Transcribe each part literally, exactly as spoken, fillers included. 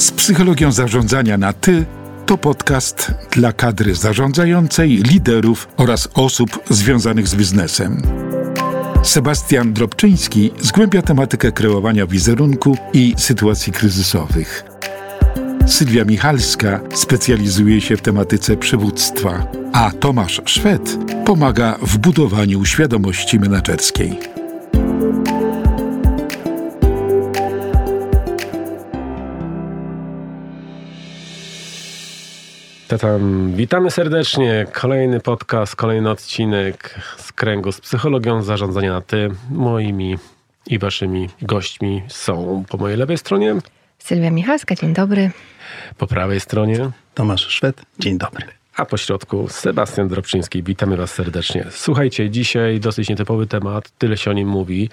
Z psychologią zarządzania na ty to podcast dla kadry zarządzającej, liderów oraz osób związanych z biznesem. Sebastian Drobczyński zgłębia tematykę kreowania wizerunku i sytuacji kryzysowych. Sylwia Michalska specjalizuje się w tematyce przywództwa, a Tomasz Szwed pomaga w budowaniu świadomości menedżerskiej. Tatam. Witamy serdecznie. Kolejny podcast, kolejny odcinek z kręgu z psychologią zarządzania na ty. Moimi i waszymi gośćmi są po mojej lewej stronie Sylwia Michalska, dzień dobry. Po prawej stronie Tomasz Szwed, dzień dobry. A po środku Sebastian Drobczyński. Witamy was serdecznie. Słuchajcie, dzisiaj dosyć nietypowy temat, tyle się o nim mówi.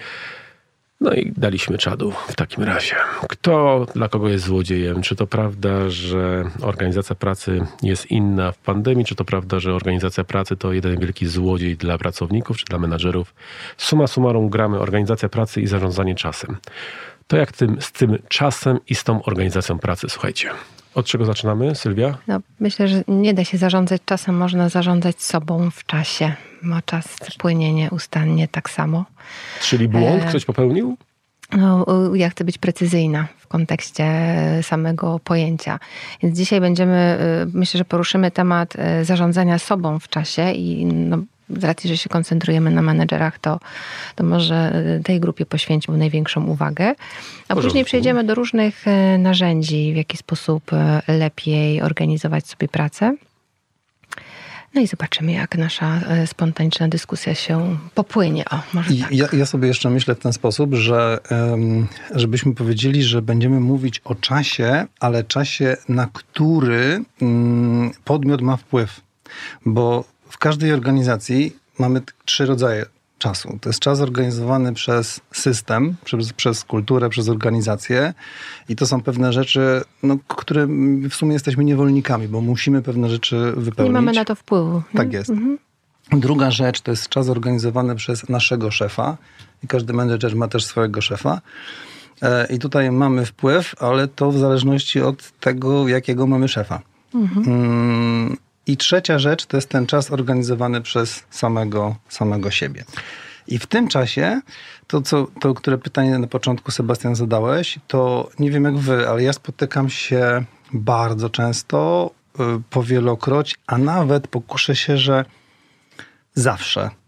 No i daliśmy czadu w takim razie. Kto dla kogo jest złodziejem? Czy to prawda, że organizacja pracy jest inna w pandemii? Czy to prawda, że organizacja pracy to jeden wielki złodziej dla pracowników czy dla menadżerów? Summa summarum gramy organizacja pracy i zarządzanie czasem. To jak tym, z tym czasem i z tą organizacją pracy? Słuchajcie, od czego zaczynamy, Sylwia? No, myślę, że nie da się zarządzać czasem, można zarządzać sobą w czasie. Ma czas płynie nieustannie tak samo. Czyli błąd ktoś popełnił? No, ja chcę być precyzyjna w kontekście samego pojęcia. Więc dzisiaj będziemy, myślę, że poruszymy temat zarządzania sobą w czasie i no, z racji, że się koncentrujemy na menedżerach, to, to może tej grupie poświęcimy największą uwagę. A później przejdziemy do różnych narzędzi, w jaki sposób lepiej organizować sobie pracę. No i zobaczymy, jak nasza spontaniczna dyskusja się popłynie. O, może tak. Ja, ja sobie jeszcze myślę w ten sposób, że um, żebyśmy powiedzieli, że będziemy mówić o czasie, ale czasie, na który um, podmiot ma wpływ. Bo w każdej organizacji mamy trzy rodzaje czasu. To jest czas zorganizowany przez system, przez, przez kulturę, przez organizację i to są pewne rzeczy, no, które w sumie jesteśmy niewolnikami, bo musimy pewne rzeczy wypełnić. Nie mamy na to wpływu. Tak nie? jest. Mhm. Druga rzecz to jest czas zorganizowany przez naszego szefa i każdy menedżer ma też swojego szefa. I tutaj mamy wpływ, ale to w zależności od tego, jakiego mamy szefa. Mhm. I trzecia rzecz to jest ten czas organizowany przez samego, samego siebie. I w tym czasie, to, co, to które pytanie na początku, Sebastian, zadałeś, to nie wiem jak wy, ale ja spotykam się bardzo często, powielokroć, a nawet pokuszę się, że zawsze e,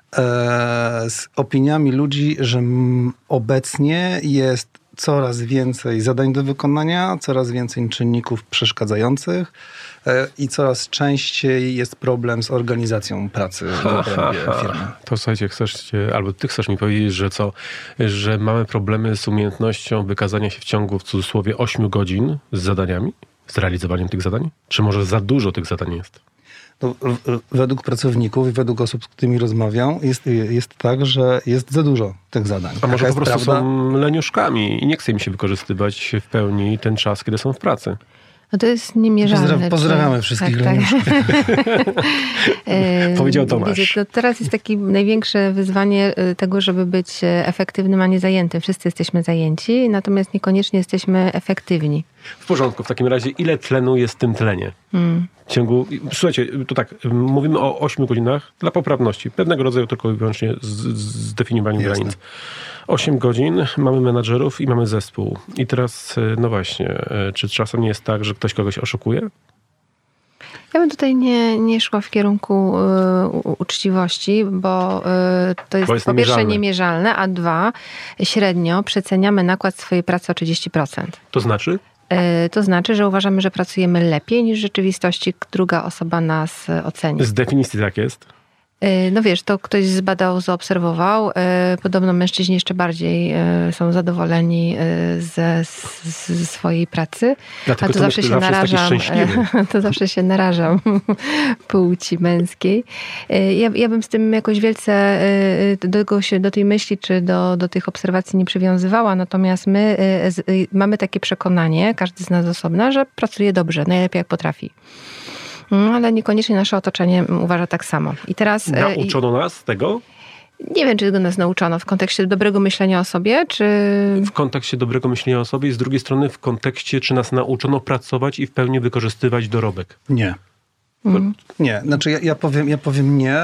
z opiniami ludzi, że m, obecnie jest coraz więcej zadań do wykonania, coraz więcej czynników przeszkadzających e, i coraz częściej jest problem z organizacją pracy w obrębie firmy. To słuchajcie, chcesz, albo ty chcesz mi powiedzieć, że co, że mamy problemy z umiejętnością wykazania się w ciągu, w cudzysłowie, ośmiu godzin z zadaniami, z realizowaniem tych zadań? Czy może za dużo tych zadań jest? To według pracowników i według osób, z którymi rozmawiam, jest, jest tak, że jest za dużo tych zadań. A może Taka po prostu prawda? są leniuszkami i nie chce im się wykorzystywać w pełni ten czas, kiedy są w pracy. No to jest niemierzalne. Pozdraw- pozdrawiamy czy... wszystkich tak, leniuszków. Tak. Powiedział Tomasz. Wiecie, to teraz jest takie największe wyzwanie tego, żeby być efektywnym, a nie zajętym. Wszyscy jesteśmy zajęci, natomiast niekoniecznie jesteśmy efektywni. W porządku. W takim razie ile tlenu jest w tym tlenie? Hmm. W ciągu, słuchajcie, to tak, mówimy o ośmiu godzinach dla poprawności. Pewnego rodzaju tylko i wyłącznie zdefiniowaniu granic. osiem godzin, mamy menadżerów i mamy zespół. I teraz, no właśnie, czy czasem nie jest tak, że ktoś kogoś oszukuje? Ja bym tutaj nie, nie szła w kierunku y, uczciwości, bo y, to jest, bo jest po niemierzalne. pierwsze niemierzalne, a dwa, średnio przeceniamy nakład swojej pracy o trzydzieści procent. To znaczy? Y, to znaczy, że uważamy, że pracujemy lepiej niż w rzeczywistości druga osoba nas oceni. Z definicji tak jest? No wiesz, to ktoś zbadał, zaobserwował. Podobno mężczyźni jeszcze bardziej są zadowoleni ze, ze swojej pracy. Dlatego a to, to zawsze się narażam. To zawsze się narażam płci męskiej. Ja, ja bym z tym jakoś wielce do, tego się, do tej myśli czy do, do tych obserwacji nie przywiązywała. Natomiast my mamy takie przekonanie, każdy z nas osobna, że pracuje dobrze, najlepiej jak potrafi. Ale niekoniecznie nasze otoczenie uważa tak samo. I teraz Nauczono nas tego? Nie wiem, czy go nas nauczono w kontekście dobrego myślenia o sobie, czy... W kontekście dobrego myślenia o sobie i z drugiej strony w kontekście, czy nas nauczono pracować i w pełni wykorzystywać dorobek. Nie. Mhm. Nie, znaczy ja, ja, powiem, ja powiem nie.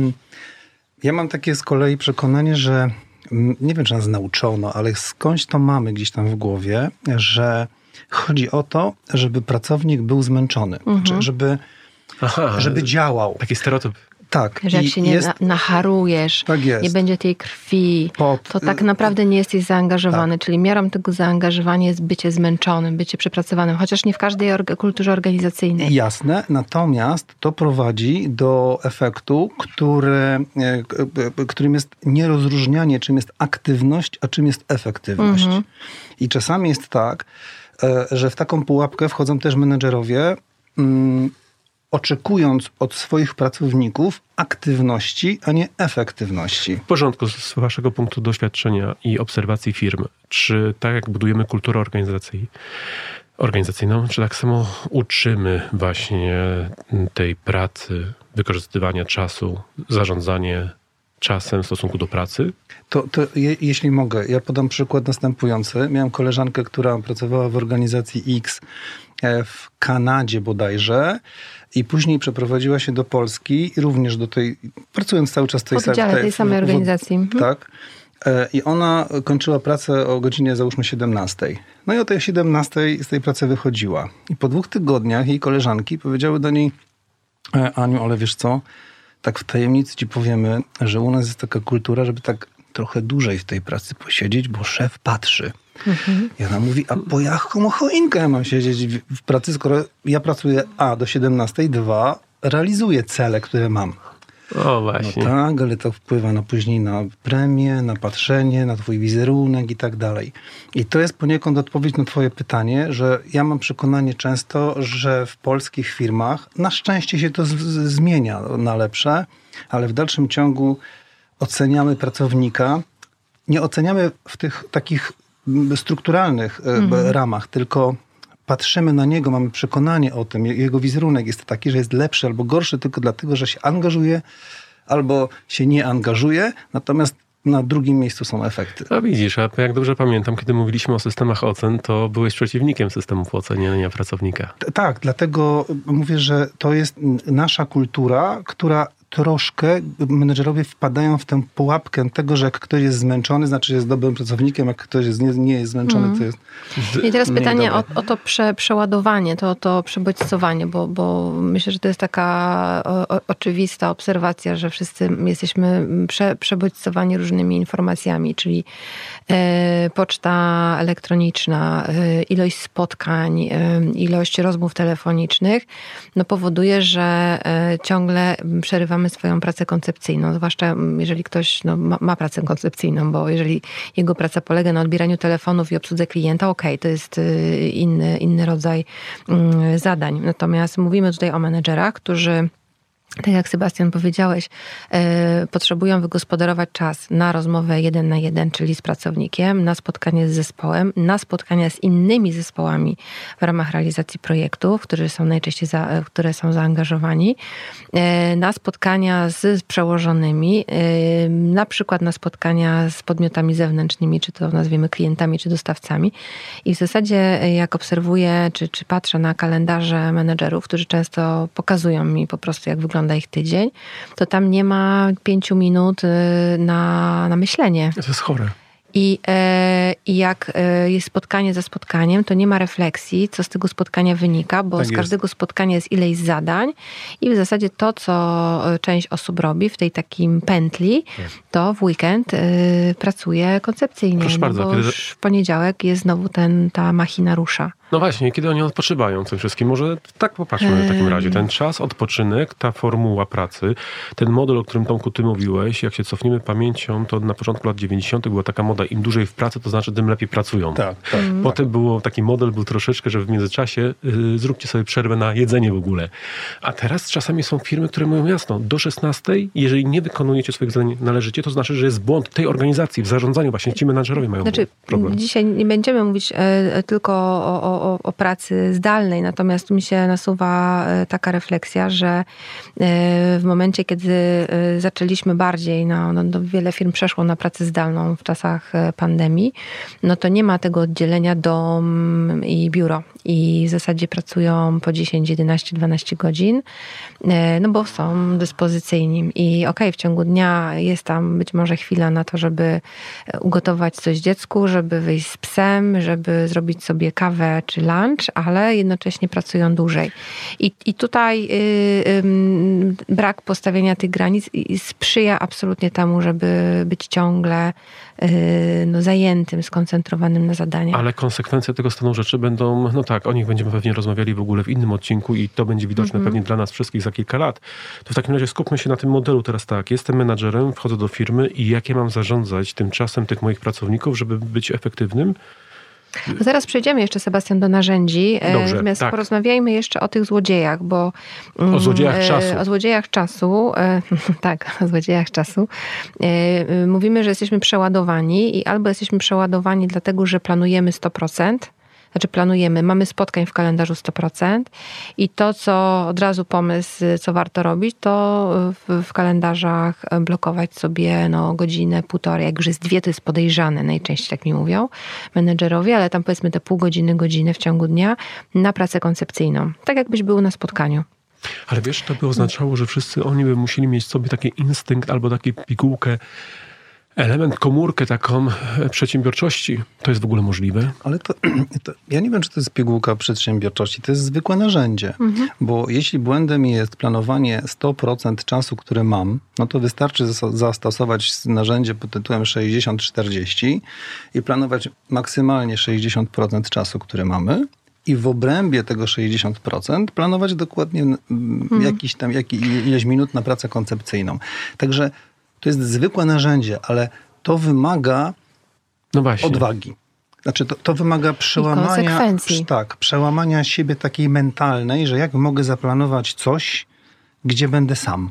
Ja mam takie z kolei przekonanie, że nie wiem, czy nas nauczono, ale skądś to mamy gdzieś tam w głowie, że chodzi o to, żeby pracownik był zmęczony, mhm. żeby, Aha, żeby działał. Taki stereotyp. Tak. Że jak się nie jest, nacharujesz, tak nie będzie tej krwi, Pot, to tak naprawdę nie jesteś zaangażowany. Tak. Czyli miarą tego zaangażowania jest bycie zmęczonym, bycie przepracowanym, chociaż nie w każdej orga, kulturze organizacyjnej. Jasne, natomiast to prowadzi do efektu, który, którym jest nierozróżnianie, czym jest aktywność, a czym jest efektywność. Mhm. I czasami jest tak, że w taką pułapkę wchodzą też menedżerowie, mm, oczekując od swoich pracowników aktywności, a nie efektywności. W porządku, z waszego punktu doświadczenia i obserwacji firm, czy tak jak budujemy kulturę organizacji, organizacyjną, czy tak samo uczymy właśnie tej pracy, wykorzystywania czasu, zarządzanie czasem w stosunku do pracy? To, to je, jeśli mogę, ja podam przykład następujący. Miałem koleżankę, która pracowała w organizacji X w Kanadzie bodajże i później przeprowadziła się do Polski i również do tej, pracując cały czas w tej, tej, tej samej organizacji. W, tak. I ona kończyła pracę o godzinie załóżmy siedemnastej. No i o tej siedemnastej z tej pracy wychodziła. I po dwóch tygodniach jej koleżanki powiedziały do niej: Aniu, ale wiesz co, tak w tajemnicy ci powiemy, że u nas jest taka kultura, żeby tak trochę dłużej w tej pracy posiedzieć, bo szef patrzy. Mhm. I ona mówi, a po jaką choinkę ja mam siedzieć w pracy, skoro ja pracuję a do siedemnastej, dwa realizuję cele, które mam. O właśnie. No tak, ale to wpływa na później na premię, na patrzenie, na twój wizerunek i tak dalej. I to jest poniekąd odpowiedź na twoje pytanie, że ja mam przekonanie często, że w polskich firmach, na szczęście się to z- z- zmienia na lepsze, ale w dalszym ciągu oceniamy pracownika, nie oceniamy w tych takich strukturalnych mhm. ramach, tylko patrzymy na niego, mamy przekonanie o tym, jego wizerunek jest taki, że jest lepszy albo gorszy tylko dlatego, że się angażuje albo się nie angażuje, natomiast na drugim miejscu są efekty. A widzisz, a jak dobrze pamiętam, kiedy mówiliśmy o systemach ocen, to byłeś przeciwnikiem systemów oceniania pracownika. T- tak, dlatego mówię, że to jest nasza kultura, która troszkę menedżerowie wpadają w tę pułapkę tego, że jak ktoś jest zmęczony, znaczy, że jest dobrym pracownikiem, jak ktoś jest, nie, nie jest zmęczony, mm. to jest I teraz pytanie o, o to prze, przeładowanie, to, to przebodźcowanie, bo, bo myślę, że to jest taka o, o, oczywista obserwacja, że wszyscy jesteśmy prze, przebodźcowani różnymi informacjami, czyli e, poczta elektroniczna, e, ilość spotkań, e, ilość rozmów telefonicznych, no powoduje, że e, ciągle przerywamy swoją pracę koncepcyjną, zwłaszcza jeżeli ktoś no, ma, ma pracę koncepcyjną, bo jeżeli jego praca polega na odbieraniu telefonów i obsłudze klienta, okej, okay, to jest inny, inny rodzaj zadań. Natomiast mówimy tutaj o menedżerach, którzy, tak jak Sebastian powiedziałeś, e, potrzebują wygospodarować czas na rozmowę jeden na jeden, czyli z pracownikiem, na spotkanie z zespołem, na spotkania z innymi zespołami w ramach realizacji projektów, którzy są najczęściej za, które są zaangażowani, e, na spotkania z przełożonymi, e, na przykład na spotkania z podmiotami zewnętrznymi, czy to nazwiemy klientami, czy dostawcami. I w zasadzie jak obserwuję, czy, czy patrzę na kalendarze menedżerów, którzy często pokazują mi po prostu, jak wygląda ich tydzień, to tam nie ma pięciu minut na, na myślenie. To jest chore. I, e, I jak jest spotkanie za spotkaniem, to nie ma refleksji, co z tego spotkania wynika, bo tak z każdego jest. spotkania jest ileś zadań i w zasadzie to, co część osób robi w tej takim pętli, to w weekend y, pracuje koncepcyjnie. Proszę no bardzo, bo kiedy... już w poniedziałek jest znowu ten, ta machina rusza. No właśnie, kiedy oni odpoczywają w tym wszystkim? Może tak popatrzmy w takim razie. Ten czas, odpoczynek, ta formuła pracy, ten model, o którym Tomku ty mówiłeś, jak się cofniemy pamięcią, to na początku lat dziewięćdziesiątych była taka moda, im dłużej w pracy, to znaczy tym lepiej pracują. Tak, tak. Potem było, taki model był troszeczkę, że w międzyczasie y, zróbcie sobie przerwę na jedzenie w ogóle. A teraz czasami są firmy, które mówią jasno, do szesnastej, jeżeli nie wykonujecie swoich zadań należycie, to znaczy, że jest błąd tej organizacji w zarządzaniu. Właśnie ci menadżerowie mają znaczy, problem. Dzisiaj nie będziemy mówić e, tylko o, o o, o pracy zdalnej, natomiast tu mi się nasuwa taka refleksja, że w momencie, kiedy zaczęliśmy bardziej, no, no, no wiele firm przeszło na pracę zdalną w czasach pandemii, no to nie ma tego oddzielenia dom i biuro i w zasadzie pracują po dziesięć, jedenaście, dwanaście godzin, no bo są dyspozycyjni i okej, okay, w ciągu dnia jest tam być może chwila na to, żeby ugotować coś dziecku, żeby wyjść z psem, żeby zrobić sobie kawę czy lunch, ale jednocześnie pracują dłużej. I, i tutaj y, y, brak postawienia tych granic sprzyja absolutnie temu, żeby być ciągle y, no, zajętym, skoncentrowanym na zadaniach. Ale konsekwencje tego stanu rzeczy będą, no tak, o nich będziemy pewnie rozmawiali w ogóle w innym odcinku i to będzie widoczne mm-hmm. pewnie dla nas wszystkich za kilka lat. To w takim razie skupmy się na tym modelu teraz tak. Jestem menadżerem, wchodzę do firmy i jak ja mam zarządzać tym czasem tych moich pracowników, żeby być efektywnym? Zaraz przejdziemy jeszcze, Sebastian, do narzędzi. Dobrze, Natomiast tak. porozmawiajmy jeszcze o tych złodziejach, bo... O złodziejach czasu. O złodziejach czasu. Tak, o złodziejach czasu. Mówimy, że jesteśmy przeładowani i albo jesteśmy przeładowani dlatego, że planujemy sto procent, znaczy planujemy, mamy spotkań w kalendarzu sto procent i to, co od razu pomysł, co warto robić, to w, w kalendarzach blokować sobie no, godzinę, półtorej. Jak już jest dwie, to jest podejrzane, najczęściej tak mi mówią menedżerowie, ale tam powiedzmy te pół godziny, godzinę w ciągu dnia na pracę koncepcyjną. Tak jakbyś był na spotkaniu. Ale wiesz, to by oznaczało, że wszyscy oni by musieli mieć sobie taki instynkt albo taką pigułkę, element, komórkę taką przedsiębiorczości. To jest w ogóle możliwe? Ale to, to ja nie wiem, czy to jest pigułka przedsiębiorczości. To jest zwykłe narzędzie. Mhm. Bo jeśli błędem jest planowanie sto procent czasu, który mam, no to wystarczy zastosować narzędzie pod tytułem sześćdziesiąt czterdzieści i planować maksymalnie sześćdziesiąt procent czasu, który mamy. I w obrębie tego sześćdziesiąt procent planować dokładnie mhm. jakiś tam, jak, ileś minut na pracę koncepcyjną. Także to jest zwykłe narzędzie, ale to wymaga no właśnie. odwagi. Znaczy to, to wymaga przełamania, tak, przełamania siebie takiej mentalnej, że jak mogę zaplanować coś, gdzie będę sam.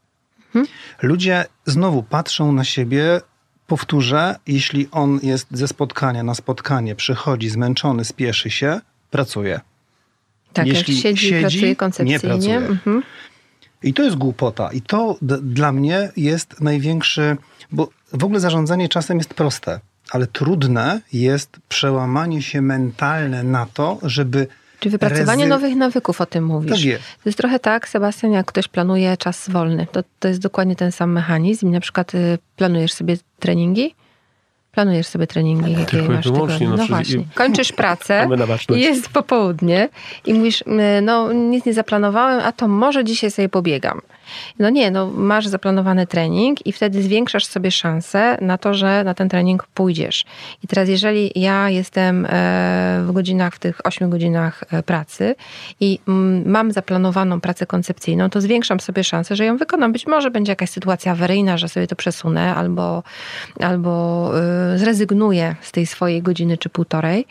Hmm? Ludzie znowu patrzą na siebie, powtórzę, jeśli on jest ze spotkania na spotkanie, przychodzi zmęczony, spieszy się, pracuje. Tak, jeśli jak siedzi, siedzi pracuje koncepcyjnie. Nie pracuje. Mhm. I to jest głupota. I to d- dla mnie jest największy... Bo w ogóle zarządzanie czasem jest proste, ale trudne jest przełamanie się mentalne na to, żeby... Czy wypracowanie rezy... nowych nawyków, o tym mówisz. Tak jest. To jest trochę tak, Sebastian, jak ktoś planuje czas wolny. To, to jest dokładnie ten sam mechanizm. I na przykład y, planujesz sobie treningi, Planujesz sobie treningi, jakie Tylko masz tygodnie. No, no właśnie. Kończysz pracę i jest popołudnie i mówisz, no nic nie zaplanowałem, a to może dzisiaj sobie pobiegam. No nie, no masz zaplanowany trening i wtedy zwiększasz sobie szansę na to, że na ten trening pójdziesz. I teraz jeżeli ja jestem w godzinach, w tych ośmiu godzinach pracy i mam zaplanowaną pracę koncepcyjną, to zwiększam sobie szansę, że ją wykonam. Być może będzie jakaś sytuacja awaryjna, że sobie to przesunę albo, albo zrezygnuję z tej swojej godziny czy półtorej.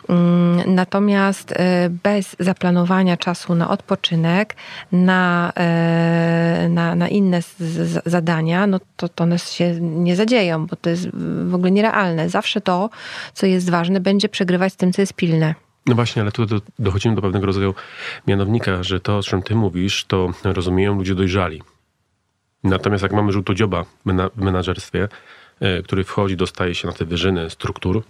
Natomiast bez zaplanowania czasu na odpoczynek, na Na, na inne z, z, zadania, no to, to one się nie zadzieją, bo to jest w ogóle nierealne. Zawsze to, co jest ważne, będzie przegrywać z tym, co jest pilne. No właśnie, ale tu do, dochodzimy do pewnego rodzaju mianownika, że to, o czym ty mówisz, to rozumieją ludzie dojrzali. Natomiast jak mamy żółtodzioba w menadżerstwie, który wchodzi, dostaje się na te wyżyny struktur,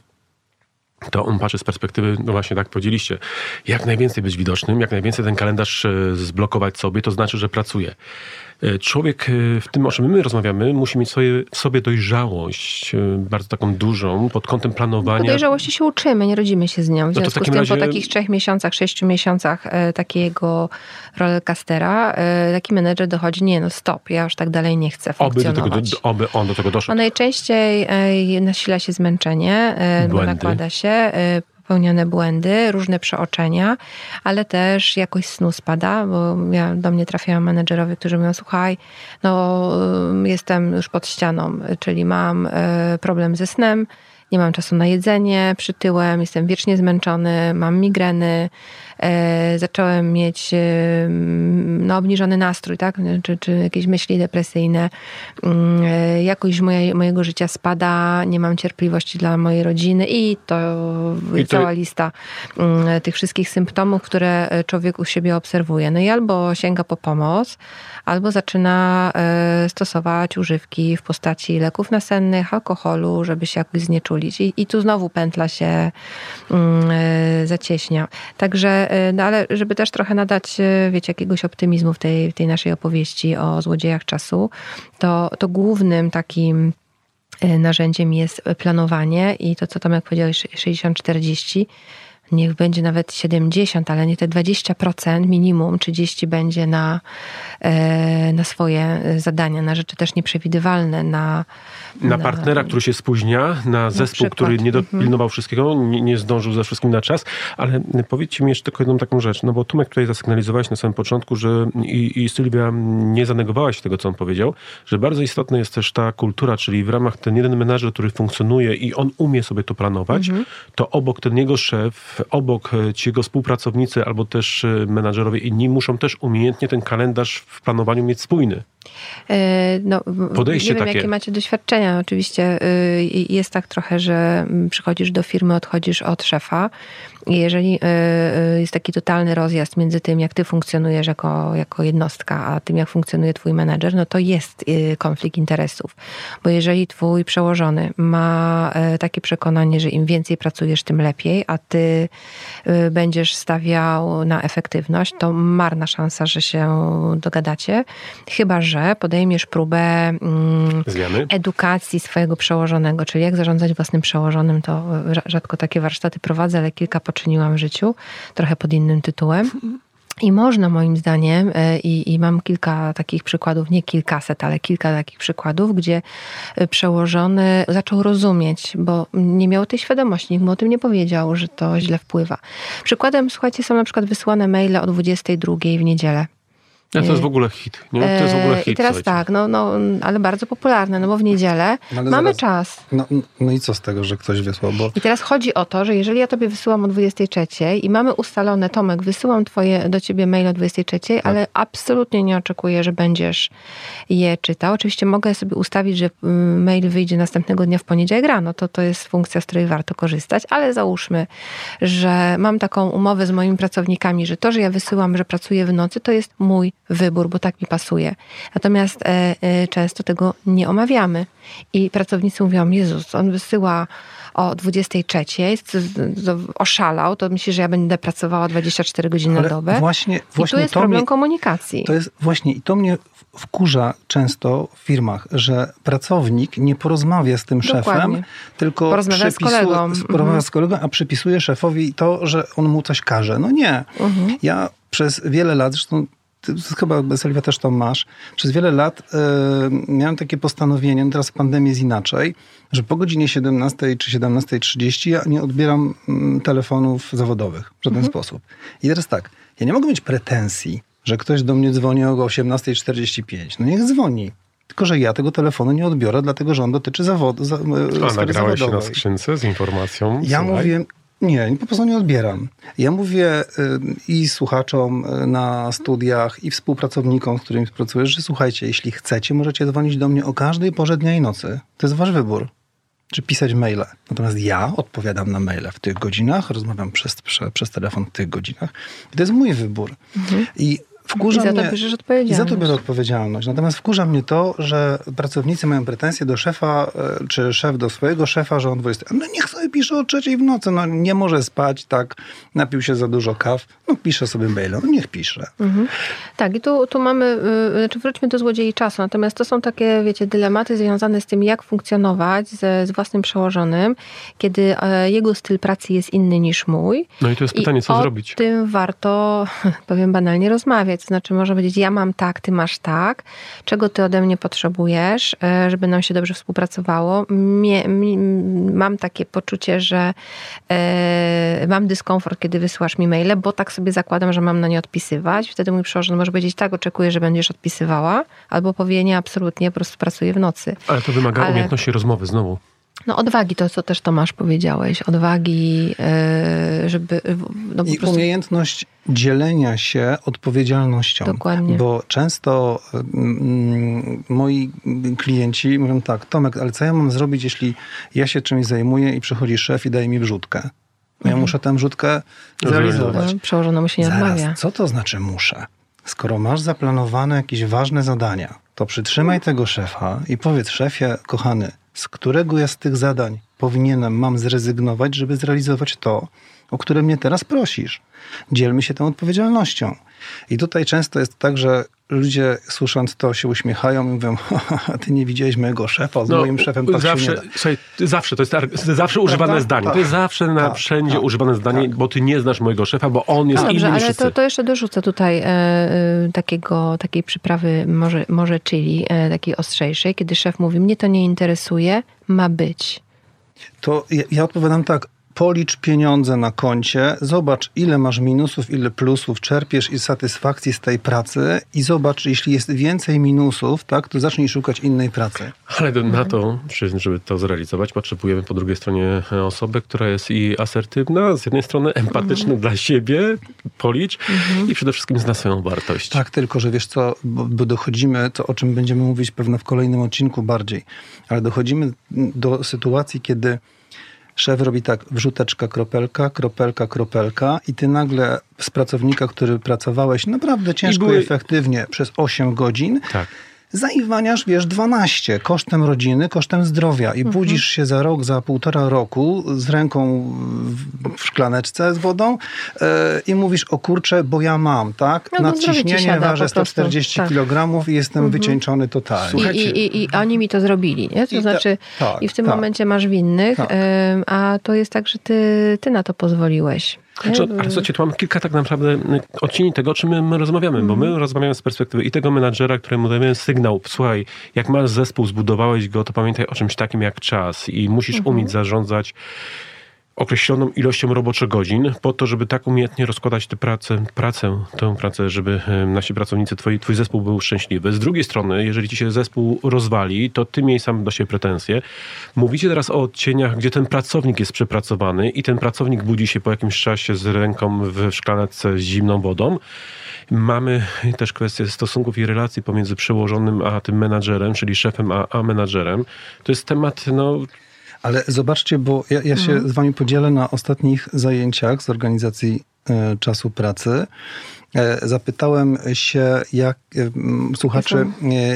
to on patrzy z perspektywy, no właśnie tak powiedzieliście, jak najwięcej być widocznym, jak najwięcej ten kalendarz zblokować sobie, to znaczy, że pracuje. Człowiek w tym, o czym my rozmawiamy, musi mieć swoje, w sobie dojrzałość, bardzo taką dużą, pod kątem planowania. Po dojrzałości się uczymy, nie rodzimy się z nią. W związku no z tym razie... po takich trzech miesiącach, sześciu miesiącach takiego rollercoastera, taki menedżer dochodzi, nie no stop, ja już tak dalej nie chcę funkcjonować. Oby, do tego, oby on do tego doszedł. A najczęściej nasila się zmęczenie, bo nakłada się popełnione błędy, różne przeoczenia, ale też jakość snu spada, bo ja, do mnie trafiają menedżerowie, którzy mówią, słuchaj, no jestem już pod ścianą, czyli mam problem ze snem, nie mam czasu na jedzenie, przytyłem, jestem wiecznie zmęczony, mam migreny, e, zacząłem mieć e, no, obniżony nastrój, tak? czy, czy jakieś myśli depresyjne. E, jakość moje, mojego życia spada, nie mam cierpliwości dla mojej rodziny i to I cała to... lista e, tych wszystkich symptomów, które człowiek u siebie obserwuje. No i albo sięga po pomoc, albo zaczyna e, stosować używki w postaci leków nasennych, alkoholu, żeby się jakoś znieczulić. I, i tu znowu pętla się e, zacieśnia. Także, e, no ale żeby też trochę nadać, e, wiecie, jakiegoś optymizmu w tej, w tej naszej opowieści o złodziejach czasu, to, to głównym takim narzędziem jest planowanie i to, co Tomek powiedziałeś, sześćdziesiąt czterdzieści, niech będzie nawet siedemdziesiąt, ale nie te dwadzieścia procent minimum, trzydzieści będzie na, na swoje zadania, na rzeczy też nieprzewidywalne, na... Na partnera, na, który się spóźnia, na zespół, przykład. który nie dopilnował mm-hmm. wszystkiego, nie, nie zdążył ze wszystkim na czas, ale powiedzcie mi jeszcze tylko jedną taką rzecz, no bo Tomek tutaj zasygnalizowałeś na samym początku, że i, i Sylwia nie zanegowałaś tego, co on powiedział, że bardzo istotna jest też ta kultura, czyli w ramach ten jeden menadżer, który funkcjonuje i on umie sobie to planować, mm-hmm. to obok ten jego szef, obok ci jego współpracownicy albo też menadżerowie inni muszą też umiejętnie ten kalendarz w planowaniu mieć spójny. No, Podejście nie wiem, takie. jakie macie doświadczenia. Oczywiście jest tak trochę, że przychodzisz do firmy, odchodzisz od szefa i jeżeli jest taki totalny rozjazd między tym, jak ty funkcjonujesz jako, jako jednostka, a tym, jak funkcjonuje twój menedżer, no to jest konflikt interesów. Bo jeżeli twój przełożony ma takie przekonanie, że im więcej pracujesz, tym lepiej, a ty będziesz stawiał na efektywność, to marna szansa, że się dogadacie. Chyba że podejmiesz próbę mm, edukacji swojego przełożonego, czyli jak zarządzać własnym przełożonym, to rzadko takie warsztaty prowadzę, ale kilka poczyniłam w życiu, trochę pod innym tytułem. I można moim zdaniem, i, i mam kilka takich przykładów, nie kilkaset, ale kilka takich przykładów, gdzie przełożony zaczął rozumieć, bo nie miał tej świadomości, nikt mu o tym nie powiedział, że to źle wpływa. Przykładem, słuchajcie, są na przykład wysłane maile o dwudziestej drugiej w niedzielę. Ja, to jest w ogóle hit, nie? To jest w ogóle hit. I teraz słuchajcie. tak, no, no, ale bardzo popularne, no bo w niedzielę no, mamy zaraz, czas. No, no i co z tego, że ktoś wysłał? Bo... I teraz chodzi o to, że jeżeli ja tobie wysyłam o dwudziestej trzeciej i mamy ustalone, Tomek, wysyłam twoje, do ciebie mail o dwudziestej trzeciej, tak. ale absolutnie nie oczekuję, że będziesz je czytał. Oczywiście mogę sobie ustawić, że mail wyjdzie następnego dnia w poniedziałek rano. To, to jest funkcja, z której warto korzystać, ale załóżmy, że mam taką umowę z moimi pracownikami, że to, że ja wysyłam, że pracuję w nocy, to jest mój wybór, bo tak mi pasuje. Natomiast e, e, często tego nie omawiamy. I pracownicy mówią, Jezus, on wysyła o dwudziestej trzeciej, oszalał, to myśli, że ja będę pracowała dwadzieścia cztery godziny Ale na dobę. Właśnie, właśnie I tu jest to problem mnie, komunikacji. To jest właśnie, i to mnie wkurza często w firmach, że pracownik nie porozmawia z tym Dokładnie. szefem, tylko porozmawia z kolegą. porozmawia z kolegą, a przypisuje szefowi to, że on mu coś każe. No nie. Mhm. Ja przez wiele lat, zresztą ty chyba, Sylwia, też to masz. Przez wiele lat y, miałem takie postanowienie, no teraz w pandemii jest inaczej, że po godzinie siedemnastej czy siedemnastej trzydzieści ja nie odbieram y, telefonów zawodowych w żaden mhm. sposób. I teraz tak, ja nie mogę mieć pretensji, że ktoś do mnie dzwoni o osiemnastej czterdzieści pięć. No niech dzwoni. Tylko że ja tego telefonu nie odbiorę, dlatego że on dotyczy zawodu. Za, A nagrałeś się na skrzynce z informacją? Ja Słuchaj. mówię... Nie, po prostu nie odbieram. Ja mówię y, i słuchaczom y, na studiach, i współpracownikom, z którymi pracuję, że słuchajcie, jeśli chcecie, możecie dzwonić do mnie o każdej porze dnia i nocy. To jest wasz wybór. Czy pisać maile. Natomiast ja odpowiadam na maile w tych godzinach, rozmawiam przez, prze, przez telefon w tych godzinach. I to jest mój wybór. Mhm. I Wkurza I za to mnie, bierzesz odpowiedzialność. I za to biorę odpowiedzialność. Natomiast wkurza mnie to, że pracownicy mają pretensje do szefa, czy szef do swojego szefa, że on dwudziesty. No niech sobie pisze o trzeciej w nocy. No nie może spać, tak, napił się za dużo kaw. No pisze sobie maile. No niech pisze. Mhm. Tak, i tu, tu mamy, znaczy wróćmy do złodziei czasu. Natomiast to są takie, wiecie, dylematy związane z tym, jak funkcjonować z, z własnym przełożonym, kiedy jego styl pracy jest inny niż mój. No i to jest pytanie, co o zrobić? O tym warto, powiem banalnie, rozmawiać. To znaczy można powiedzieć, ja mam tak, ty masz tak. Czego ty ode mnie potrzebujesz, żeby nam się dobrze współpracowało? Mie, mi, mam takie poczucie, że e, mam dyskomfort, kiedy wysyłasz mi maile, bo tak sobie zakładam, że mam na nie odpisywać. Wtedy mój przełożony może powiedzieć, tak, oczekuję, że będziesz odpisywała, albo powie, nie, absolutnie, po prostu pracuję w nocy. Ale to wymaga Ale... umiejętności rozmowy znowu. No odwagi, to co też Tomasz powiedziałeś, odwagi, żeby... No, I prostu... umiejętność dzielenia się odpowiedzialnością. Dokładnie. Bo często mm, moi klienci mówią tak, Tomek, ale co ja mam zrobić, jeśli ja się czymś zajmuję i przychodzi szef i daje mi wrzutkę? No ja mhm. muszę tę wrzutkę zrealizować. No, przełożonemu się nie Zaraz, odmawia. co to znaczy muszę? Skoro masz zaplanowane jakieś ważne zadania, to przytrzymaj tego szefa i powiedz, szefie, kochany, z którego ja z tych zadań powinienem, mam zrezygnować, żeby zrealizować to, o które mnie teraz prosisz. Dzielmy się tą odpowiedzialnością. I tutaj często jest tak, że ludzie słysząc to się uśmiechają i mówią, ty nie widziałeś mojego szefa, z no, moim szefem tak zawsze, się nie da. Słuchaj, zawsze, to jest zawsze używane Prawda? zdanie. Tak. To jest zawsze na Tak. wszędzie Tak. używane zdanie, Tak. bo ty nie znasz mojego szefa, bo on jest No inny dobrze, niż ale wszyscy. to, to jeszcze dorzucę tutaj e, e, takiego, takiej przyprawy może, może chili, e, takiej ostrzejszej, kiedy szef mówi, mnie to nie interesuje, ma być. To ja, ja odpowiadam tak, policz pieniądze na koncie, zobacz ile masz minusów, ile plusów czerpiesz i satysfakcji z tej pracy i zobacz, jeśli jest więcej minusów, tak, to zacznij szukać innej pracy. Ale do, na to, żeby to zrealizować, potrzebujemy po drugiej stronie osobę, która jest i asertywna, z jednej strony empatyczna mhm. dla siebie, policz mhm. i przede wszystkim zna swoją wartość. Tak, tylko że wiesz co, bo, bo dochodzimy, to o czym będziemy mówić pewno w kolejnym odcinku bardziej, ale dochodzimy do sytuacji, kiedy szef robi tak, wrzuteczka, kropelka, kropelka, kropelka i ty nagle z pracownika, który pracowałeś naprawdę ciężko i, były... i efektywnie przez osiem godzin, tak. zaiwaniasz, wiesz, dwanaście kosztem rodziny, kosztem zdrowia i mhm. budzisz się za rok, za półtora roku z ręką w szklaneczce z wodą yy, i mówisz, o kurczę, bo ja mam, tak? No, nadciśnienie, ważę sto czterdzieści tak. kilogramów i jestem mhm. wycieńczony totalnie. I, i, i, I oni mi to zrobili, nie? To I znaczy, ta, tak, i w tym tak. momencie masz winnych, tak. yy, a to jest tak, że ty, ty na to pozwoliłeś. Znaczy, ale słuchajcie, tu mamy kilka tak naprawdę odcieni tego, o czym my, my rozmawiamy, mm. bo my rozmawiamy z perspektywy i tego menadżera, któremu dajemy sygnał, słuchaj, jak masz zespół, zbudowałeś go, to pamiętaj o czymś takim jak czas i musisz mm-hmm. umieć zarządzać określoną ilością roboczo godzin po to, żeby tak umiejętnie rozkładać tę pracę, pracę, tę pracę, żeby nasi pracownicy, twoi, twój zespół był szczęśliwy. Z drugiej strony, jeżeli ci się zespół rozwali, to ty miej sam do siebie pretensje. Mówicie teraz o odcieniach, gdzie ten pracownik jest przepracowany i ten pracownik budzi się po jakimś czasie z ręką w szklaneczce z zimną wodą. Mamy też kwestię stosunków i relacji pomiędzy przełożonym a tym menadżerem, czyli szefem a, a menadżerem. To jest temat, no... Ale zobaczcie, bo ja, ja się mhm. z wami podzielę na ostatnich zajęciach z organizacji e, czasu pracy. E, zapytałem się, jak e, słuchacze, e,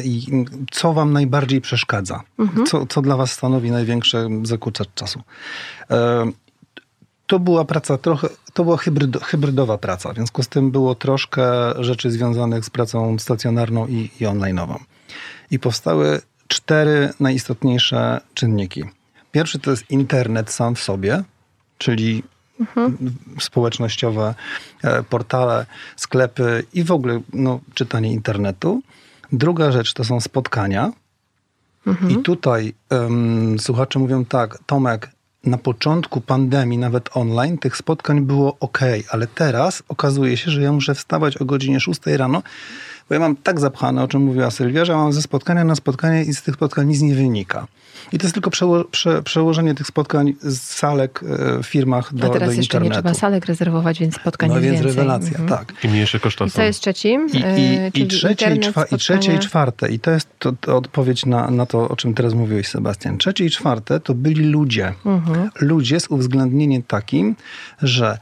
co wam najbardziej przeszkadza? Mhm. Co, co dla was stanowi największy zakłócacz czasu? E, to była praca trochę, to była hybryd, hybrydowa praca. W związku z tym było troszkę rzeczy związanych z pracą stacjonarną i, i online'ową. I powstały cztery najistotniejsze czynniki. Pierwszy to jest internet sam w sobie, czyli mhm. społecznościowe portale, sklepy i w ogóle no, czytanie internetu. Druga rzecz to są spotkania. Mhm. I tutaj um, słuchacze mówią tak, Tomek, na początku pandemii, nawet online, tych spotkań było ok, ale teraz okazuje się, że ja muszę wstawać o godzinie szóstej rano, bo ja mam tak zapchane, o czym mówiła Sylwia, że ja mam ze spotkania na spotkanie i z tych spotkań nic nie wynika. I to jest tylko przeło- prze- przełożenie tych spotkań z salek w firmach do, do internetu. A teraz jeszcze nie trzeba salek rezerwować, więc spotkań no jest więc więcej. Rewelacja, mhm. tak. I mniejsze koszta są. I co jest trzecim? I, i, i, trzecie, i, czwa- i trzecie i czwarte. I to jest to, to odpowiedź na, na to, o czym teraz mówiłeś, Sebastian. Trzecie i czwarte to byli ludzie. Mhm. Ludzie z uwzględnieniem takim, że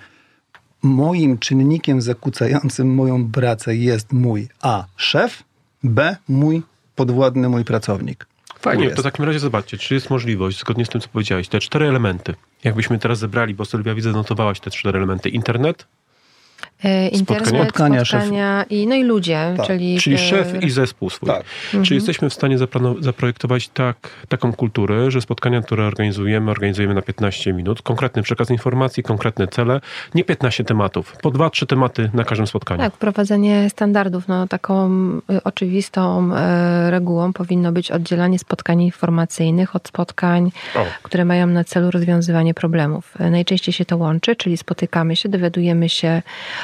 moim czynnikiem zakłócającym moją pracę jest mój A. szef, B. mój podwładny, mój pracownik. Fajnie, to w takim razie zobaczcie, czy jest możliwość, zgodnie z tym, co powiedziałeś, te cztery elementy. Jakbyśmy teraz zebrali, bo Sylwia, widzę, notowałaś te cztery elementy. Internet, Internet, spotkania, spotkania, spotkania i, no i ludzie, tak. czyli... Czyli szef i zespół swój. Tak. Czy mhm. jesteśmy w stanie zaplano- zaprojektować tak, taką kulturę, że spotkania, które organizujemy, organizujemy na piętnaście minut, konkretny przekaz informacji, konkretne cele, nie piętnaście tematów, po dwa, trzy tematy na każdym spotkaniu. Tak, wprowadzenie standardów. No, taką y, oczywistą y, regułą powinno być oddzielanie spotkań informacyjnych od spotkań, o. które mają na celu rozwiązywanie problemów. Y, najczęściej się to łączy, czyli spotykamy się, dowiadujemy się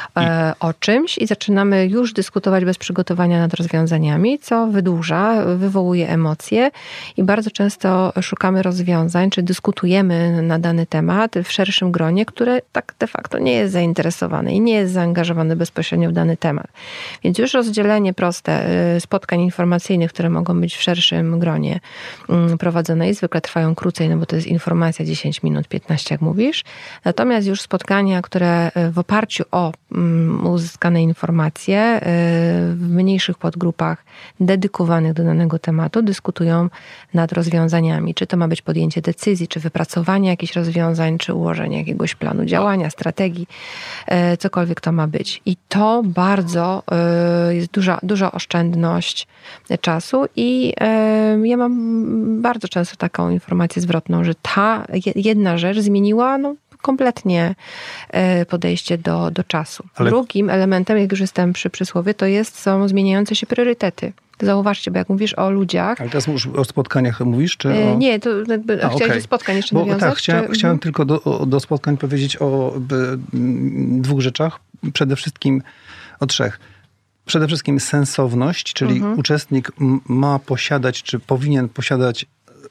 e, o czymś i zaczynamy już dyskutować bez przygotowania nad rozwiązaniami, co wydłuża, wywołuje emocje i bardzo często szukamy rozwiązań, czy dyskutujemy na dany temat w szerszym gronie, które tak de facto nie jest zainteresowane i nie jest zaangażowane bezpośrednio w dany temat. Więc już rozdzielenie proste spotkań informacyjnych, które mogą być w szerszym gronie prowadzone i zwykle trwają krócej, no bo to jest informacja dziesięć minut, piętnaście jak mówisz. Natomiast już spotkania, które w oparciu o uzyskane informacje w mniejszych podgrupach dedykowanych do danego tematu dyskutują nad rozwiązaniami. Czy to ma być podjęcie decyzji, czy wypracowanie jakichś rozwiązań, czy ułożenie jakiegoś planu działania, strategii, cokolwiek to ma być. I to bardzo jest duża, duża oszczędność czasu i ja mam bardzo często taką informację zwrotną, że ta jedna rzecz zmieniła no, kompletnie podejście do, do czasu. Ale... Drugim elementem, jak już jestem przy przysłowie, to jest, są zmieniające się priorytety. Zauważcie, bo jak mówisz o ludziach... Ale teraz już o spotkaniach mówisz, czy o... Nie, to jakby, a, chciałeś okay. do spotkań jeszcze bo, nawiązać? Tak, chciałem, czy... chciałem tylko do, do spotkań powiedzieć o by, dwóch rzeczach. Przede wszystkim o trzech. Przede wszystkim sensowność, czyli mhm. uczestnik ma posiadać, czy powinien posiadać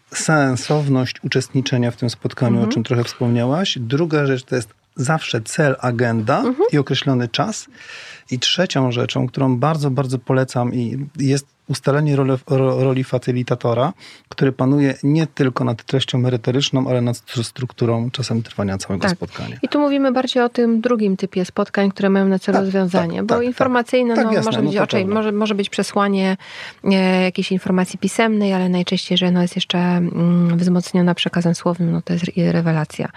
sensowność uczestniczenia w tym spotkaniu, mhm. o czym trochę wspomniałaś. Druga rzecz to jest zawsze cel, agenda mhm. i określony czas. I trzecią rzeczą, którą bardzo, bardzo polecam i jest ustalenie roli, roli facylitatora, który panuje nie tylko nad treścią merytoryczną, ale nad strukturą czasem trwania całego tak. spotkania. I tu mówimy bardziej o tym drugim typie spotkań, które mają na celu tak, rozwiązanie, tak, bo tak, informacyjne tak, no, tak, może, być no oczej, może, może być przesłanie e, jakiejś informacji pisemnej, ale najczęściej, że no, jest jeszcze mm, wzmocniona przekazem słownym, no to jest rewelacja.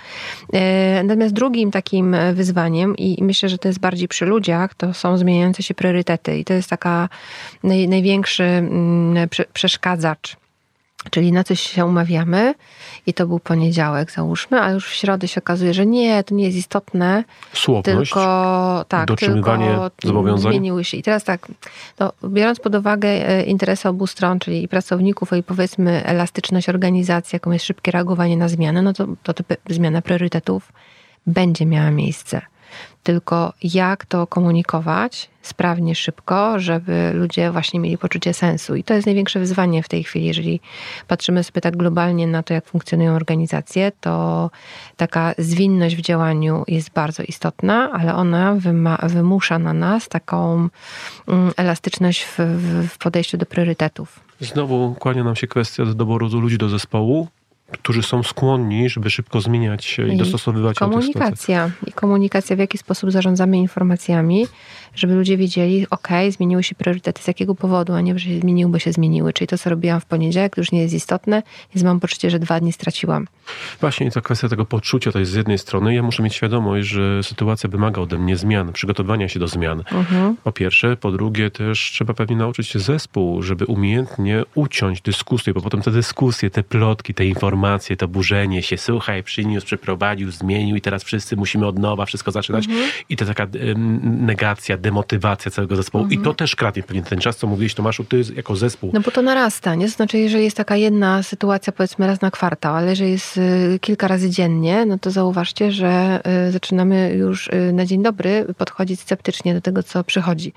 E, natomiast drugim takim wyzwaniem i myślę, że to jest bardziej przy ludziach, to są zmieniające się priorytety i to jest taka naj, największy przeszkadzacz. Czyli na coś się umawiamy i to był poniedziałek, załóżmy, a już w środę się okazuje, że nie, to nie jest istotne. Słowność, tylko, tak, dotrzymywanie tylko zobowiązań. Zmieniły się. I teraz tak, no, biorąc pod uwagę interesy obu stron, czyli i pracowników, i powiedzmy elastyczność organizacji, jaką jest szybkie reagowanie na zmiany, no to, to, to zmiana priorytetów będzie miała miejsce. Tylko jak to komunikować sprawnie, szybko, żeby ludzie właśnie mieli poczucie sensu. I to jest największe wyzwanie w tej chwili. Jeżeli patrzymy sobie tak globalnie na to, jak funkcjonują organizacje, to taka zwinność w działaniu jest bardzo istotna, ale ona wyma- wymusza na nas taką elastyczność w, w podejściu do priorytetów. Znowu kłania nam się kwestia doboru ludzi do zespołu, którzy są skłonni, żeby szybko zmieniać się i, I dostosowywać się do tych sytuacji. Komunikacja. I komunikacja, w jaki sposób zarządzamy informacjami, żeby ludzie wiedzieli, ok, zmieniły się priorytety, z jakiego powodu, a nie, że się zmieniły, bo się zmieniły. Czyli to, co robiłam w poniedziałek, już nie jest istotne, więc mam poczucie, że dwa dni straciłam. Właśnie ta kwestia tego poczucia to jest z jednej strony. Ja muszę mieć świadomość, że sytuacja wymaga ode mnie zmian, przygotowania się do zmian. Mhm. Po pierwsze. Po drugie też trzeba pewnie nauczyć się zespół, żeby umiejętnie uciąć dyskusję, bo potem te dyskusje, te plotki, te informacje, to burzenie się, słuchaj, przyniósł, przeprowadził, zmienił i teraz wszyscy musimy od nowa wszystko zaczynać. Mhm. I to taka ym, negacja, demotywacja całego zespołu. Mhm. I to też kradnie pewnie ten czas, co mówiłeś, Tomaszu, ty jako zespół. No bo to narasta, nie? To znaczy, jeżeli jest taka jedna sytuacja, powiedzmy raz na kwartał, ale jeżeli jest y, kilka razy dziennie, no to zauważcie, że y, zaczynamy już y, na dzień dobry podchodzić sceptycznie do tego, co przychodzi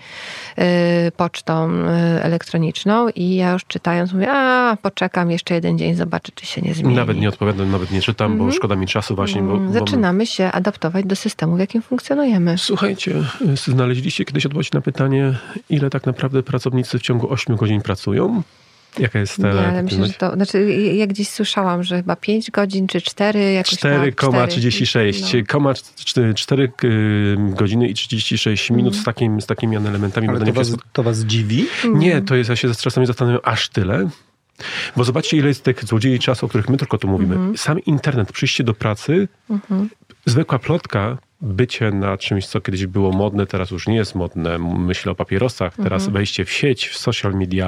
y, pocztą y, elektroniczną i ja już czytając mówię, a poczekam jeszcze jeden dzień, zobaczę, czy się nie zmieni. Nawet nie odpowiadam, nawet nie czytam, mm-hmm. bo szkoda mi czasu właśnie. Bo, bo Zaczynamy się adaptować do systemu, w jakim funkcjonujemy. Słuchajcie, znaleźliście kiedyś odpowiedź na pytanie, ile tak naprawdę pracownicy w ciągu ośmiu godzin pracują? Jaka jest ta... Nie, ale myślę, że to... Znaczy, ja gdzieś słyszałam, że chyba pięć godzin czy cztery jakoś cztery przecinek trzydzieści sześć. No. cztery godziny i trzydzieści sześć minut mm. z, takim, z takimi elementami. Ale to was, przez... to was dziwi? Nie, to jest, ja się czasami zastanawiam, aż tyle. Bo zobaczcie, ile jest tych złodziei czasu, o których my tylko tu mówimy. Mm-hmm. Sam internet, przyjście do pracy, mm-hmm. zwykła plotka, bycie na czymś, co kiedyś było modne, teraz już nie jest modne. Myślę o papierosach, teraz mhm. wejście w sieć, w social media.